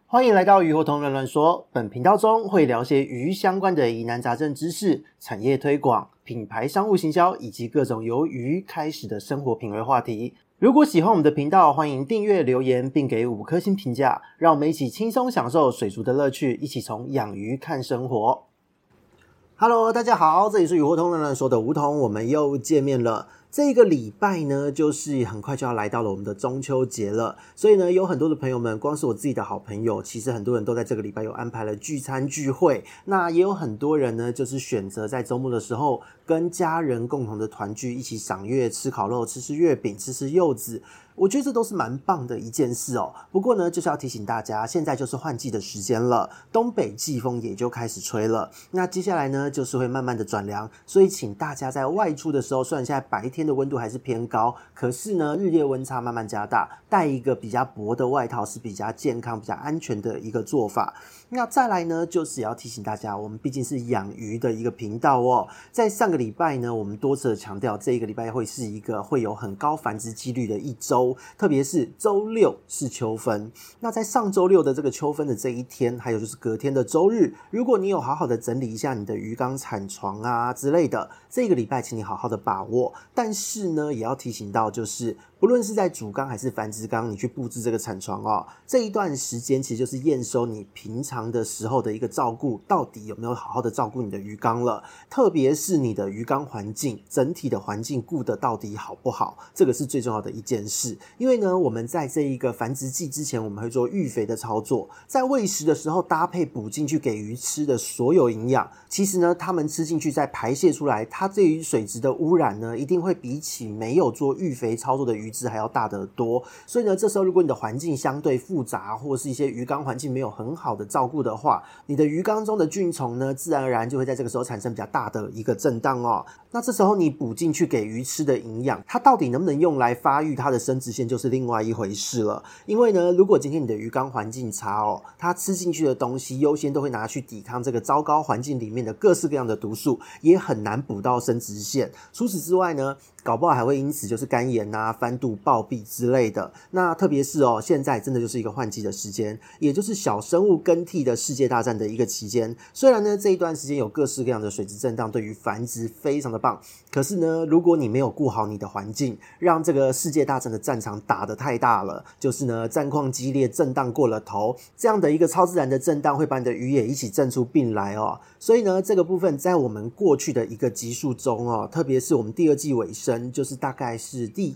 欢迎来到鱼活通乱乱说，本频道中会聊些鱼相关的疑难杂症知识、产业推广、品牌商务行销以及各种由鱼开始的生活品味话题。如果喜欢我们的频道，欢迎订阅留言并给5颗星评价，让我们一起轻松享受水族的乐趣，一起从养鱼看生活。Hello， 大家好，这里是鱼活通乱乱说的梧桐，我们又见面了。这个礼拜呢，就是很快就要来到了我们的中秋节了，所以呢，有很多的朋友们，光是我自己的好朋友，其实很多人都在这个礼拜有安排了聚餐聚会，那也有很多人呢，就是选择在周末的时候跟家人共同的团聚，一起赏月、吃烤肉、吃月饼、吃柚子。我觉得这都是蛮棒的一件事哦。不过呢，就是要提醒大家，现在就是换季的时间了，东北季风也就开始吹了。那接下来呢，就是会慢慢的转凉，所以请大家在外出的时候，虽然现在白天的温度还是偏高，可是呢，日夜温差慢慢加大，带一个比较薄的外套是比较健康、比较安全的一个做法。那再来呢，就是也要提醒大家，我们毕竟是养鱼的一个频道哦。在上个礼拜呢，我们多次的强调，这一个礼拜会是一个会有很高繁殖几率的一周。特别是周六是秋分，那在上周六的这个秋分的这一天，还有就是隔天的周日，如果你有好好的整理一下你的鱼缸产床啊之类的，这个礼拜请你好好的把握。但是呢，也要提醒到，就是不论是在主缸还是繁殖缸，你去布置这个产床哦，这一段时间其实就是验收你平常的时候的一个照顾，到底有没有好好的照顾你的鱼缸了。特别是你的鱼缸环境，整体的环境顾得到底好不好，这个是最重要的一件事。因为呢，我们在这一个繁殖季之前，我们会做育肥的操作，在喂食的时候搭配补进去给鱼吃的所有营养，其实呢，它们吃进去再排泄出来，它对于水质的污染呢，一定会比起没有做育肥操作的鱼只还要大得多。所以呢，这时候如果你的环境相对复杂，或是一些鱼缸环境没有很好的照顾的话，你的鱼缸中的菌虫呢，自然而然就会在这个时候产生比较大的一个震荡哦。那这时候你补进去给鱼吃的营养，它到底能不能用来发育它的生殖腺，就是另外一回事了。因为呢，如果今天你的鱼缸环境差哦，它吃进去的东西优先都会拿去抵抗这个糟糕环境里面的各式各样的毒素，也很难补到生殖腺。除此之外呢，搞不好还会因此就是肝炎啊、翻肚、暴毙之类的。那特别是哦，现在真的就是一个换季的时间，也就是小生物更替的世界大战的一个期间。虽然呢，这一段时间有各式各样的水质震荡，对于繁殖非常的棒，可是呢，如果你没有顾好你的环境，让这个世界大战的战场打得太大了，就是呢，战况激烈，震荡过了头，这样的一个超自然的震荡会把你的鱼也一起震出病来哦。所以呢，这个部分在我们过去的一个集数中哦，特别是我们第2季尾声，就是大概是第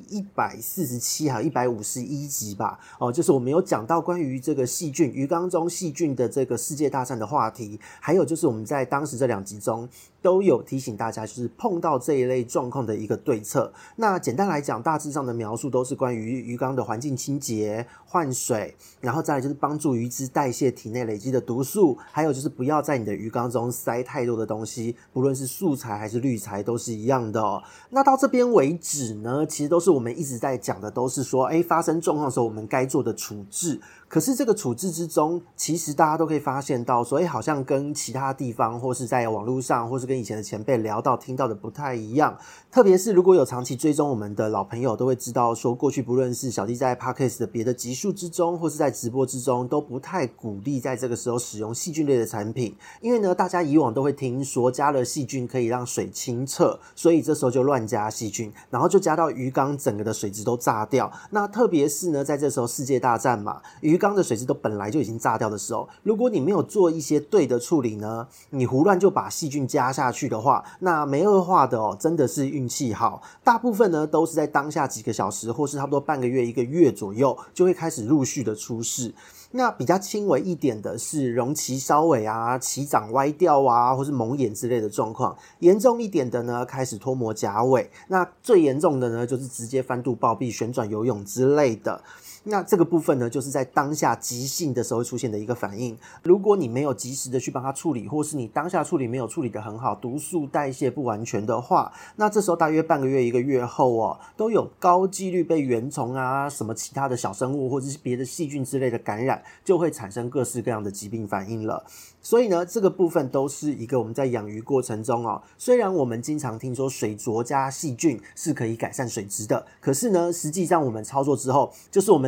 147还有151集吧哦，就是我们有讲到关于这个细菌鱼缸中细菌的这个世界大战的话题，还有就是我们在当时这2集中都有提醒大家，就是碰到这一类状况的一个对策。那简单来讲，大致上的描述都是关于鱼缸的环境清洁、换水，然后再来就是帮助鱼只代谢体内累积的毒素，还有就是不要在你的鱼缸中塞太多的东西，不论是素材还是滤材都是一样的哦。那到这边为止呢，其实都是我们一直在讲的，都是说发生状况的时候我们该做的处置。可是这个处置之中，其实大家都可以发现到说，好像跟其他地方或是在网络上或是跟以前的前辈聊到听到的不太一样。特别是如果有长期追踪我们的老朋友都会知道说，过去不论是小弟在 Podcast 的别的集数之中或是在直播之中，都不太鼓励在这个时候使用细菌类的产品。因为呢，大家以往都会听说加了细菌可以让水清澈，所以这时候就乱加细菌，然后就加到鱼缸整个的水质都炸掉。那特别是呢，在这时候世界大战嘛，鱼缸的水质都本来就已经炸掉的时候，如果你没有做一些对的处理呢，你胡乱就把细菌加下去的话，那没恶化的哦，真的是运气好。大部分呢都是在当下几个小时，或是差不多半个月、1个月左右，就会开始陆续的出事。那比较轻微一点的是容鳍烧尾啊、鳍掌歪掉啊，或是蒙眼之类的状况。严重一点的呢，开始脱模夹尾。那最严重的呢，就是直接翻肚、暴毙、旋转游泳之类的。那这个部分呢，就是在当下急性的时候会出现的一个反应。如果你没有及时的去帮它处理，或是你当下处理没有处理得很好，毒素代谢不完全的话，那这时候大约半个月、1个月后哦，都有高几率被原虫啊、什么其他的小生物或者是别的细菌之类的感染，就会产生各式各样的疾病反应了。所以呢，这个部分都是一个我们在养鱼过程中哦，虽然我们经常听说水浊加细菌是可以改善水质的，可是呢，实际上我们操作之后，就是我们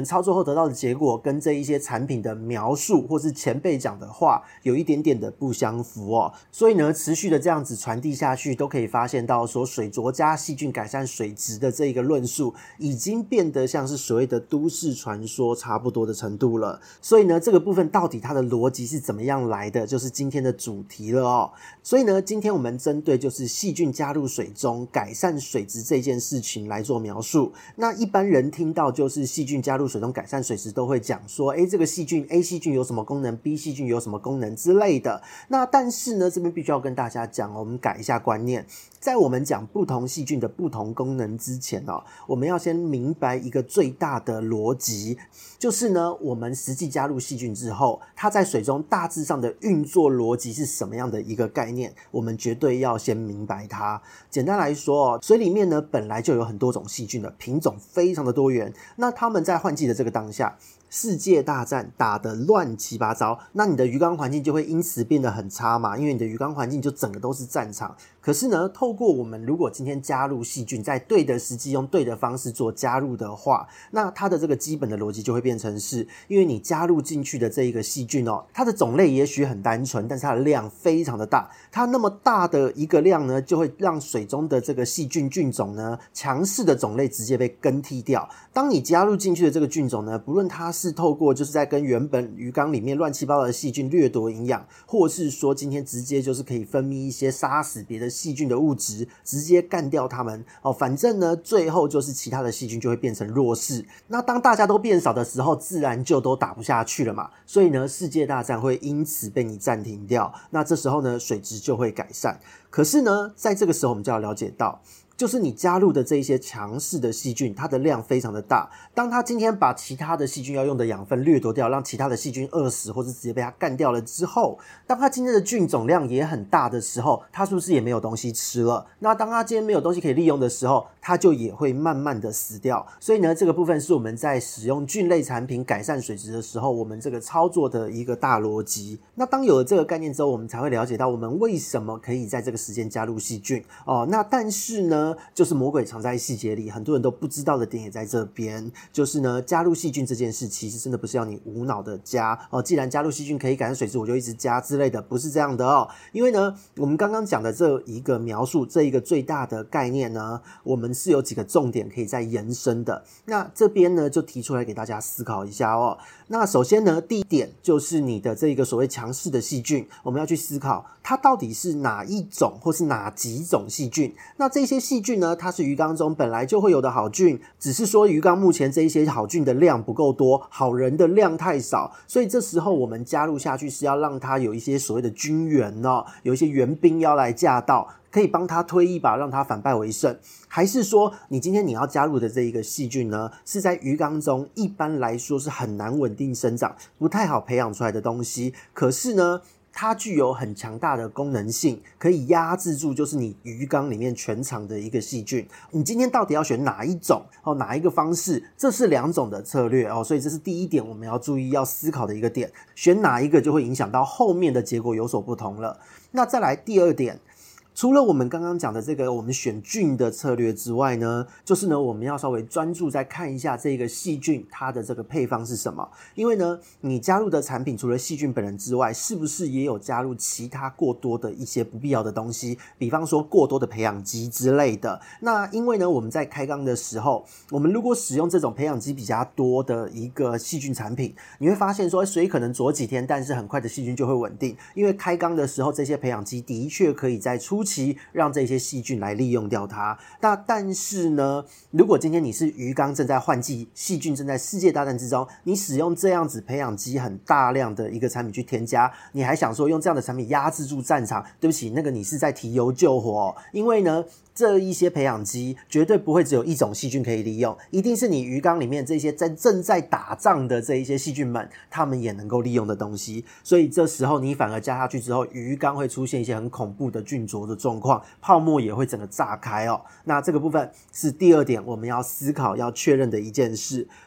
能操作后得到的结果跟这一些产品的描述或是前辈讲的话有一点点的不相符哦。所以呢，持续的这样子传递下去，都可以发现到说水浊加细菌改善水质的这一个论述已经变得像是所谓的都市传说差不多的程度了。所以呢，这个部分到底它的逻辑是怎么样来的，就是今天的主题了哦。所以呢，今天我们针对就是细菌加入水中改善水质这件事情来做描述。那一般人听到就是细菌加入水中改善水质，都会讲说这个细菌 A 细菌有什么功能， B 细菌有什么功能之类的。那但是呢，这边必须要跟大家讲，我们改一下观念。在我们讲不同细菌的不同功能之前我们要先明白一个最大的逻辑，就是呢，我们实际加入细菌之后，它在水中大致上的运作逻辑是什么样的一个概念，我们绝对要先明白它。简单来说水里面呢本来就有很多种细菌的品种非常的多元，那它们在换季的这个当下，世界大战打得乱七八糟，那你的鱼缸环境就会因此变得很差嘛，因为你的鱼缸环境就整个都是战场。可是呢，透过我们如果今天加入细菌，在对的时机用对的方式做加入的话，那它的这个基本的逻辑就会变成是，因为你加入进去的这一个细菌它的种类也许很单纯，但是它的量非常的大，它那么大的一个量呢，就会让水中的这个细菌菌种呢，强势的种类直接被更替掉。当你加入进去的这个菌种呢，不论它是透过就是在跟原本鱼缸里面乱七八糟的细菌掠夺营养，或是说今天直接就是可以分泌一些杀死别的细菌的物质，直接干掉它们反正呢，最后就是其他的细菌就会变成弱势。那当大家都变少的时候，自然就都打不下去了嘛。所以呢，世界大战会因此被你暂停掉。那这时候呢，水质就会改善。可是呢，在这个时候我们就要了解到，就是你加入的这一些强势的细菌，它的量非常的大。当它今天把其他的细菌要用的养分掠夺掉，让其他的细菌饿死，或是直接被它干掉了之后，当它今天的菌种量也很大的时候，它是不是也没有东西吃了？那当它今天没有东西可以利用的时候，它就也会慢慢的死掉。所以呢，这个部分是我们在使用菌类产品改善水质的时候，我们这个操作的一个大逻辑。那当有了这个概念之后，我们才会了解到我们为什么可以在这个时间加入细菌那但是呢，就是魔鬼藏在细节里，很多人都不知道的点也在这边，就是呢，加入细菌这件事其实真的不是要你无脑的加既然加入细菌可以改善水质，我就一直加之类的，不是这样的因为呢，我们刚刚讲的这一个描述，这一个最大的概念呢，我们是有几个重点可以再延伸的。那这边呢，就提出来给大家思考一下那首先呢，第一点就是你的这个所谓强势的细菌，我们要去思考它到底是哪一种或是哪几种细菌。那这些细菌呢，它是鱼缸中本来就会有的好菌，只是说鱼缸目前这一些好菌的量不够多，好人的量太少，所以这时候我们加入下去是要让它有一些所谓的军援有一些援兵要来驾到，可以帮他推一把，让他反败为胜。还是说你今天你要加入的这一个细菌呢，是在鱼缸中一般来说是很难稳定生长，不太好培养出来的东西，可是呢它具有很强大的功能性，可以压制住就是你鱼缸里面全场的一个细菌。你今天到底要选哪一种哪一个方式，这是两种的策略所以这是第一点我们要注意要思考的一个点，选哪一个就会影响到后面的结果有所不同了。那再来第二点，除了我们刚刚讲的这个我们选菌的策略之外呢，就是呢我们要稍微专注再看一下这个细菌它的这个配方是什么。因为呢你加入的产品除了细菌本人之外，是不是也有加入其他过多的一些不必要的东西，比方说过多的培养基之类的。那因为呢我们在开缸的时候，我们如果使用这种培养基比较多的一个细菌产品，你会发现说水可能浊几天，但是很快的细菌就会稳定，因为开缸的时候这些培养基的确可以在初期让这些细菌来利用掉它。那但是呢，如果今天你是鱼缸正在换季，细菌正在世界大战之中，你使用这样子培养基很大量的一个产品去添加，你还想说用这样的产品压制住战场，对不起，那个你是在提油救火因为呢这一些培养基绝对不会只有一种细菌可以利用，一定是你鱼缸里面这些正在打仗的这一些细菌们，他们也能够利用的东西。所以这时候你反而加下去之后，鱼缸会出现一些很恐怖的菌浊的状况，泡沫也会整个炸开那这个部分是第二点我们要思考要确认的一件事。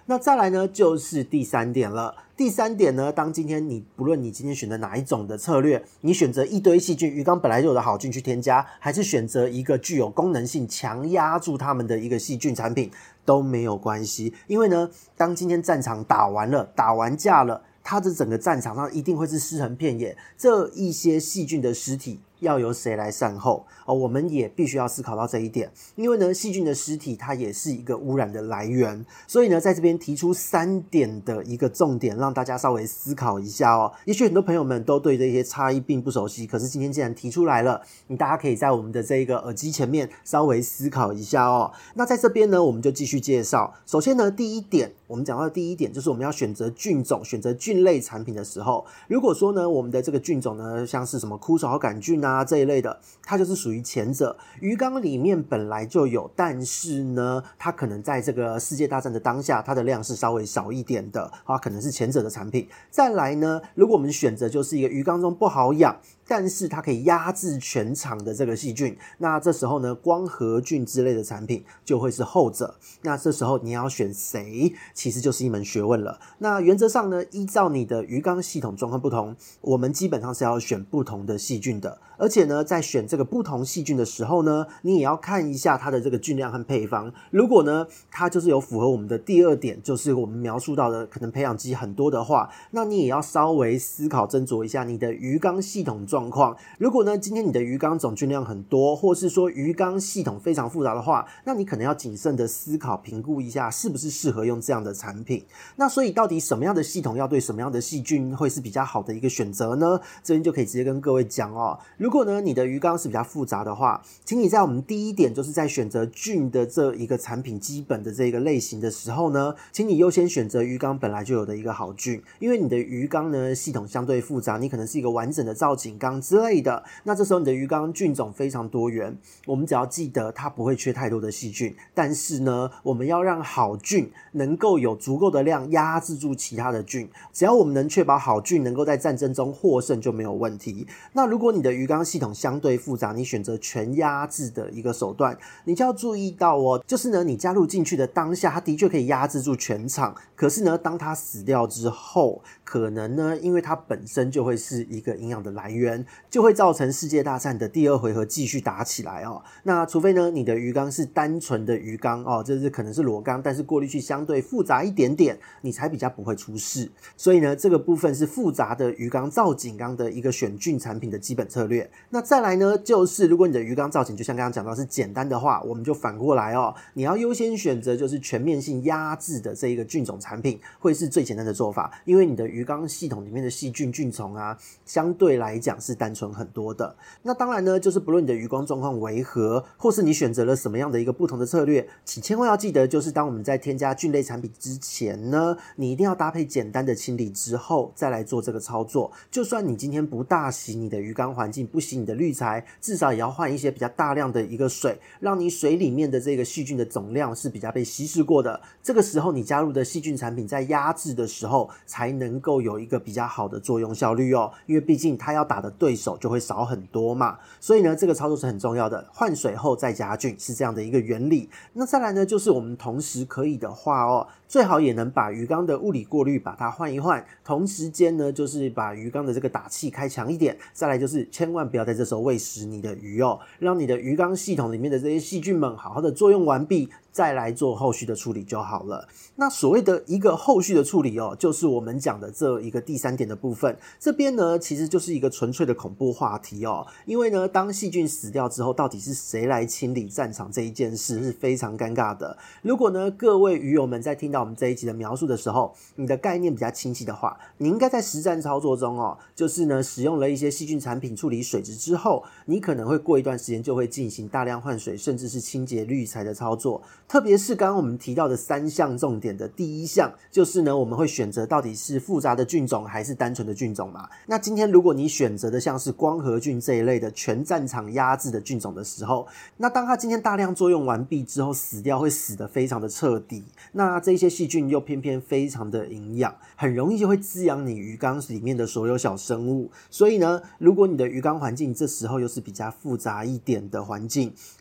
那再来呢，就是第3点了。第3点呢，当今天不论你今天选择哪一种的策略，你选择一堆细菌，鱼缸本来就有的好菌去添加，还是选择一个具有功能性强压住它们的一个细菌产品，都没有关系。因为呢，当今天战场打完了，打完架了，它的整个战场上一定会是尸横遍野，这一些细菌的尸体要由谁来善后我们也必须要思考到这一点。因为呢，细菌的尸体它也是一个污染的来源，所以呢，在这边提出3点的一个重点，让大家稍微思考一下也许很多朋友们都对这些差异并不熟悉，可是今天既然提出来了，大家可以在我们的这个耳机前面稍微思考一下那在这边呢，我们就继续介绍。首先呢，第一点，我们讲到的第一点就是我们要选择菌种、选择菌类产品的时候，如果说呢，我们的这个菌种呢，像是什么枯草杆菌这一类的，它就是属于前者，鱼缸里面本来就有，但是呢，它可能在这个世界大战的当下，它的量是稍微少一点的可能是前者的产品。再来呢，如果我们选择就是一个鱼缸中不好养，但是它可以压制全场的这个细菌，那这时候呢，光合菌之类的产品就会是后者。那这时候你要选谁，其实就是一门学问了。那原则上呢，依照你的鱼缸系统状况不同，我们基本上是要选不同的细菌的。而且呢，在选这个不同细菌的时候呢，你也要看一下它的这个菌量和配方。如果呢，它就是有符合我们的第2点，就是我们描述到的可能培养基很多的话，那你也要稍微思考斟酌一下你的鱼缸系统状况。如果呢，今天你的鱼缸总菌量很多，或是说鱼缸系统非常复杂的话，那你可能要谨慎的思考评估一下是不是适合用这样的产品。那所以到底什么样的系统要对什么样的细菌会是比较好的一个选择呢？这边就可以直接跟各位讲如果呢，你的鱼缸是比较复杂的话，请你在我们第1点，就是在选择菌的这一个产品基本的这个类型的时候呢，请你优先选择鱼缸本来就有的一个好菌。因为你的鱼缸呢，系统相对复杂，你可能是一个完整的造景缸之类的，那这时候你的鱼缸菌种非常多元，我们只要记得它不会缺太多的细菌，但是呢，我们要让好菌能够有足够的量压制住其他的菌，只要我们能确保好菌能够在战争中获胜就没有问题。那如果你的鱼缸系统相对复杂，你选择全压制的一个手段，你就要注意到就是呢，你加入进去的当下，它的确可以压制住全场，可是呢，当它死掉之后，可能呢，因为它本身就会是一个营养的来源，就会造成世界大战的第2回合继续打起来那除非呢，你的鱼缸是单纯的鱼缸这是可能是裸缸，但是过滤器相对复杂一点点，你才比较不会出事。所以呢，这个部分是复杂的鱼缸造景缸的一个选菌产品的基本策略。那再来呢，就是如果你的鱼缸造景就像刚刚讲到是简单的话，我们就反过来你要优先选择就是全面性压制的这一个菌种产品，会是最简单的做法。因为你的鱼缸系统里面的细菌菌虫相对来讲是单纯很多的。那当然呢，就是不论你的鱼缸状况为何，或是你选择了什么样的一个不同的策略，请千万要记得，就是当我们在添加菌类产品之前呢，你一定要搭配简单的清理之后再来做这个操作。就算你今天不大洗你的鱼缸环境，不洗你的滤材，至少也要换一些比较大量的一个水，让你水里面的这个细菌的总量是比较被稀释过的。这个时候你加入的细菌产品在压制的时候才能够有一个比较好的作用效率因为毕竟它要打的对手就会少很多嘛。所以呢，这个操作是很重要的，换水后再加菌是这样的一个原理。那再来呢，就是我们同时可以的话最好也能把鱼缸的物理过滤把它换一换，同时间呢，就是把鱼缸的这个打气开强一点。再来就是千万不要在这时候喂食你的鱼让你的鱼缸系统里面的这些细菌们好好的作用完毕，再来做后续的处理就好了。那所谓的一个后续的处理就是我们讲的这一个第3点的部分。这边呢，其实就是一个纯粹的恐怖话题因为呢，当细菌死掉之后，到底是谁来清理战场这一件事是非常尴尬的。如果呢，各位鱼友们在听到我们这一集的描述的时候，你的概念比较清晰的话，你应该在实战操作中就是呢，使用了一些细菌产品处理水质之后，你可能会过一段时间就会进行大量换水，甚至是清洁滤材的操作。特别是刚刚我们提到的3项重点的第1项，就是呢，我们会选择到底是复杂的菌种还是单纯的菌种嘛。那今天如果你选择的像是光合菌这一类的全战场压制的菌种的时候，那当它今天大量作用完毕之后死掉，会死得非常的彻底。那这些细菌又偏偏非常的营养，很容易就会滋养你鱼缸里面的所有小生物。所以呢，如果你的鱼缸环境这时候又是比较复杂一点的环境，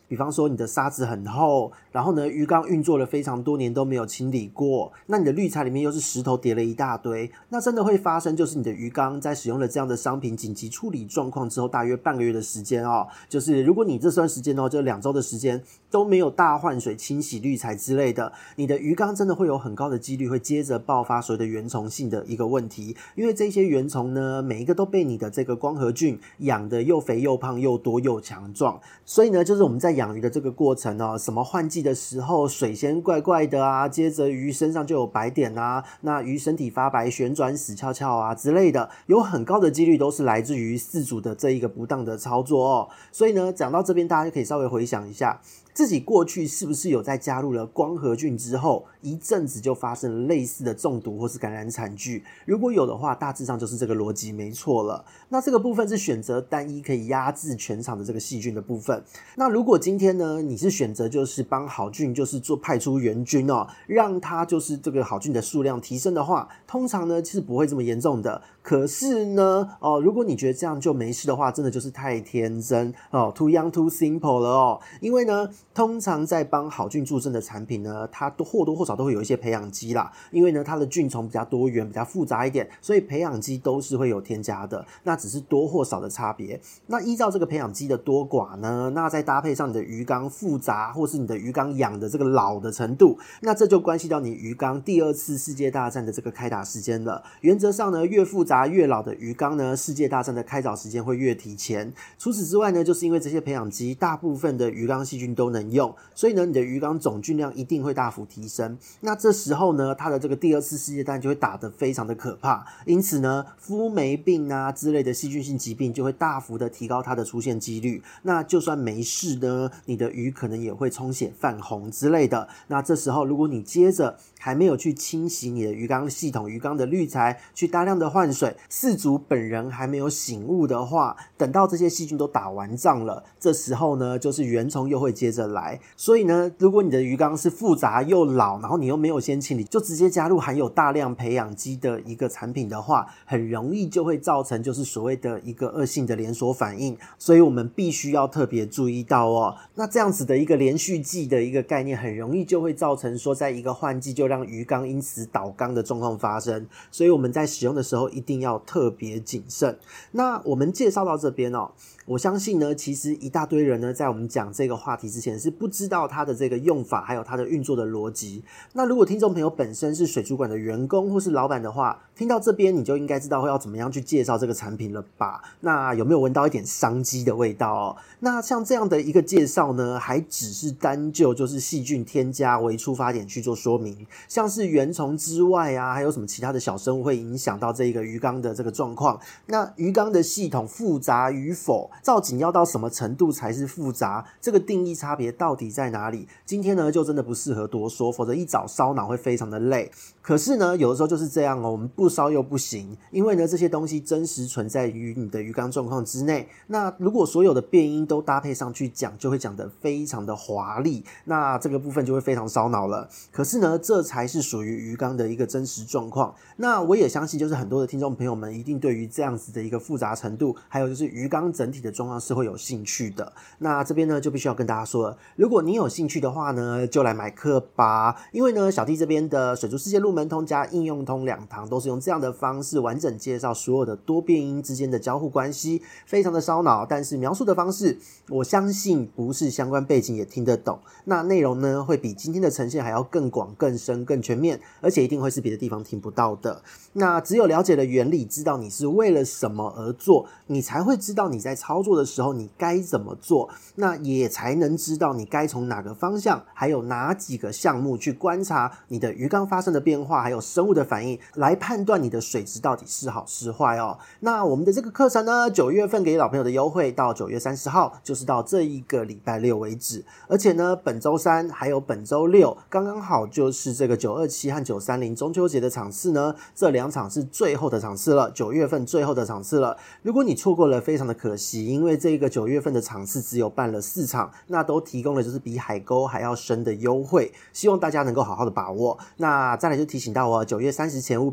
比方说你的沙子很厚，然后呢鱼缸运作了非常多年都没有清理过，那你的滤材里面又是石头叠了一大堆，那真的会发生就是你的鱼缸在使用了这样的商品紧急处理状况之后，大约半个月的时间就是如果你这段时间就2周的时间都没有大换水清洗滤材之类的，你的鱼缸真的会有很高的几率会接着爆发所谓的原虫性的一个问题，因为这些原虫呢每一个都被你的这个光合菌养得又肥又胖又多又强壮，所以呢就是我们在养鱼的这个过程什么换季的时候水先怪怪的啊，接着鱼身上就有白点啊，那鱼身体发白旋转死翘翘啊之类的，有很高的几率都是来自于饲主的这一个不当的操作所以呢讲到这边大家就可以稍微回想一下自己过去是不是有在加入了光合菌之后一阵子就发生了类似的中毒或是感染惨剧，如果有的话大致上就是这个逻辑没错了。那这个部分是选择单一可以压制全场的这个细菌的部分，那如果今天呢你是选择就是帮好菌就是派出援军让它就是这个好菌的数量提升的话，通常呢是不会这么严重的。可是呢如果你觉得这样就没事的话，真的就是太天真too young too simple 了因为呢通常在帮好菌助阵的产品呢，它都或多或少都会有一些培养基啦，因为呢它的菌虫比较多元比较复杂一点，所以培养基都是会有添加的，那只是多或少的差别。那依照这个培养基的多寡呢，那再搭配上你的鱼缸复杂或是你的鱼缸养的这个老的程度，那这就关系到你鱼缸第2次世界大战的这个开打时间了。原则上呢越复杂越老的鱼缸呢，世界大战的开凿时间会越提前。除此之外呢，就是因为这些培养基大部分的鱼缸细菌都能用，所以呢你的鱼缸总菌量一定会大幅提升。那这时候呢它的这个第2次世界大战就会打得非常的可怕，因此呢肤霉病啊之类的细菌性疾病就会大幅的提高它的出现几率。那就算没事呢，你的鱼可能也会充血泛红之类的。那这时候如果你接着还没有去清洗你的鱼缸系统鱼缸的滤材，去大量的换水，饲主本人还没有醒悟的话，等到这些细菌都打完仗了，这时候呢就是原虫又会接着来。所以呢如果你的鱼缸是复杂又老，然后你又没有先清理，就直接加入含有大量培养基的一个产品的话，很容易就会造成就是所谓的一个恶性的连锁反应，所以我们必须要特别注意到那这样子的一个连续剂的一个概念，很容易就会造成说在一个换季就让鱼缸因此倒缸的状况发生，所以我们在使用的时候一定要特别谨慎。那我们介绍到这边我相信呢其实一大堆人呢在我们讲这个话题之前是不知道它的这个用法还有它的运作的逻辑。那如果听众朋友本身是水族馆的员工或是老板的话，听到这边你就应该知道要怎么样去介绍这个产品了吧。那有没有闻到一点商机的味道那像这样的一个介绍呢，还只是单就就是细菌添加为出发点去做说明，像是原虫之外啊还有什么其他的小生物会影响到这个鱼缸的这个状况，那鱼缸的系统复杂与否，造景要到什么程度才是复杂，这个定义差别到底在哪里，今天呢就真的不适合多说，否则一早烧脑会非常的累。可是呢有的时候就是这样我们不烧又不行，因为呢这些东西真实存在于你的鱼缸状况之内，那如果所有的变因都搭配上去讲，就会讲得非常的华丽，那这个部分就会非常烧脑了。可是呢这才是属于鱼缸的一个真实状况。那我也相信就是很多的听众朋友们一定对于这样子的一个复杂程度还有就是鱼缸整体的状况是会有兴趣的。那这边呢就必须要跟大家说了，如果你有兴趣的话呢就来买课吧，因为呢小弟这边的水族世界入门通加应用通2堂都是用这样的方式完整介绍所有的多变因之间的交互关系，非常的烧脑，但是描述的方式我相信不是相关背景也听得懂，那内容呢会比今天的呈现还要更广更深更全面，而且一定会是别的地方听不到的。那只有了解了原理，知道你是为了什么而做，你才会知道你在操作的时候你该怎么做，那也才能知道你该从哪个方向还有哪几个项目去观察你的鱼缸发生的变化还有生物的反应，来判断你的水质到底是好是坏那我们的这个课程呢9月份给老朋友的优惠到9月30号，就是到这一个礼拜六为止，而且呢本周3还有本周6刚刚好就是这个927和930中秋节的场次呢，这2场是最后的场次了，9月份最后的场次了。如果你错过了非常的可惜，因为这个9月份的场次只有办了4场，那都提供了就是比海沟还要深的优惠，希望大家能够好好的把握。那再来就提醒到9月30前务必要结账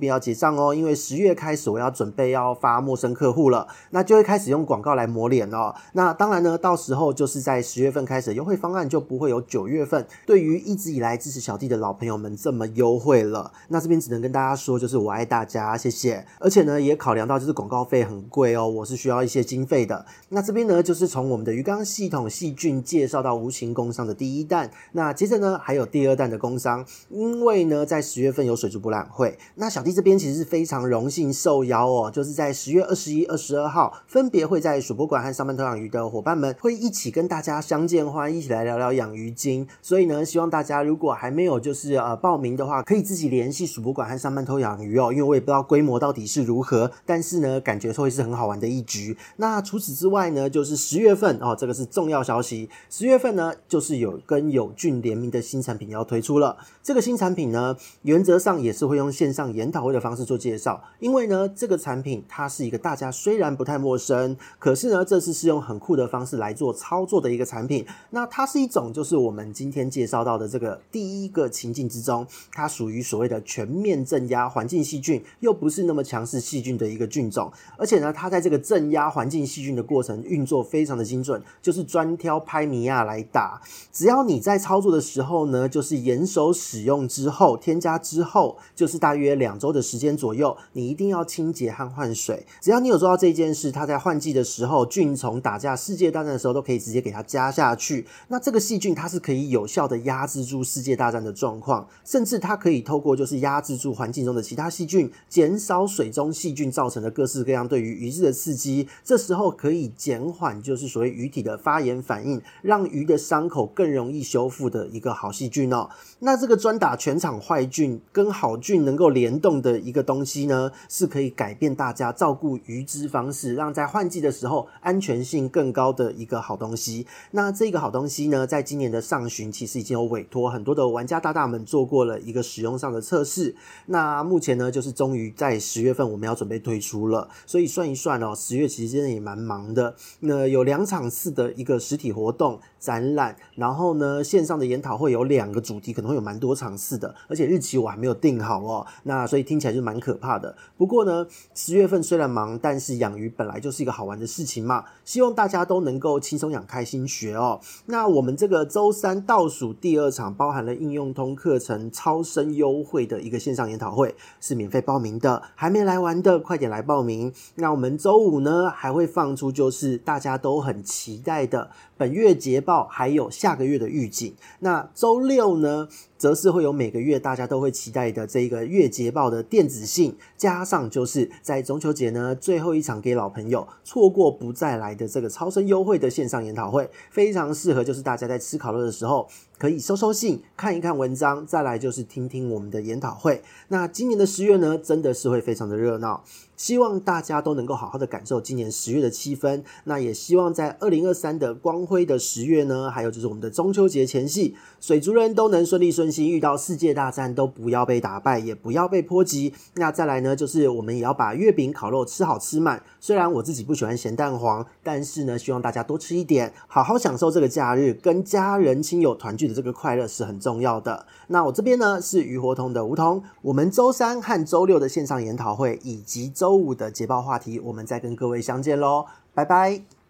上哦，因为10月开始我要准备要发陌生客户了，那就会开始用广告来磨脸哦。那当然呢，到时候就是在10月份开始的优惠方案就不会有9月份对于一直以来支持小弟的老朋友们这么优惠了。那这边只能跟大家说，就是我爱大家，谢谢。而且呢，也考量到就是广告费很贵哦，我是需要一些经费的。那这边呢，就是从我们的鱼缸系统细菌介绍到无情工商的第一弹，那接着呢还有第二弹的工商。因为呢在10月份有水族博览会，那小弟这边其实是非常荣幸受邀哦，就是在10月21、22号分别会在水博馆和上班偷养鱼的伙伴们会一起跟大家相见欢，一起来聊聊养鱼经。所以呢，希望大家如果还没有就是报名的话，可以自己联系水博馆和上班偷养鱼哦，因为我也不知道规模到底是如何，但是呢感觉会是很好玩的一局。那除此之外呢，就是10月份哦，这个是重要消息，10月份呢就是有跟友俊联名的新产品要推出了。这个新产品呢，原则上也是会用线上研讨会的方式做介绍，因为呢这个产品它是一个大家虽然不太陌生，可是呢这次是用很酷的方式来做操作的一个产品。那它是一种就是我们今天介绍到的这个第一个情境之中，它属于所谓的全面镇压环境细菌，又不是那么强势细菌的一个菌种，而且呢它在这个镇压环境细菌的过程运作非常的精准，就是专挑拍米亚来打。只要你在操作的时候呢，就是严守使用之后添加之后，就是大约2周的时间左右，你一定要清洁和换水。只要你有做到这件事，它在换季的时候菌虫打架世界大战的时候都可以直接给它加下去。那这个细菌它是可以有效的压制住世界大战的状况，甚至它可以透过就是压制住环境中的其他细菌，减少水中细菌造成的各式各样对于鱼质的刺激，这时候可以减缓就是所谓鱼体的发炎反应，让鱼的伤口更容易修复的一个好细菌哦。那这个专打全场坏菌跟好菌能够联动的一个东西呢，是可以改变大家照顾鱼只方式，让在换季的时候安全性更高的一个好东西。那这个好东西呢，在今年的上旬其实已经有委托很多的玩家大们做过了一个使用上的测试。那目前呢，就是终于在10月份我们要准备推出了，所以算一算哦，10月其实真的也蛮忙的。那有2场次的一个实体活动展览，然后呢线上的研讨会有2个主题，可能会有蛮多场次的，而且日期我还没有定好哦，那所以听起来就蛮可怕的。不过呢10月份虽然忙，但是养鱼本来就是一个好玩的事情嘛，希望大家都能够轻松养开心学哦。那我们这个周3倒数第2场包含了应用通课程超深优惠的一个线上研讨会，是免费报名的，还没来玩的快点来报名。那我们周5呢还会放出就是大家都很期待的本月捷报，还有下个月的预警。那周6呢则是会有每个月大家都会期待的这个月捷报的电子信，加上就是在中秋节呢最后一场给老朋友错过不再来的这个超深优惠的线上研讨会，非常适合就是大家在吃烤肉的时候可以收信，看一看文章，再来就是听听我们的研讨会。那今年的10月呢真的是会非常的热闹，希望大家都能够好好的感受今年10月的气氛。那也希望在2023的光辉的10月呢，还有就是我们的中秋节前夕，水族人都能顺利顺心，遇到世界大战都不要被打败，也不要被波及。那再来呢，就是我们也要把月饼烤肉吃好吃满，虽然我自己不喜欢咸蛋黄，但是呢希望大家多吃一点，好好享受这个假日，跟家人亲友团聚的这个快乐是很重要的。那我这边呢是鱼活通的梧桐，我们周3和周6的线上研讨会以及周5的捷报话题，我们再跟各位相见咯，拜拜。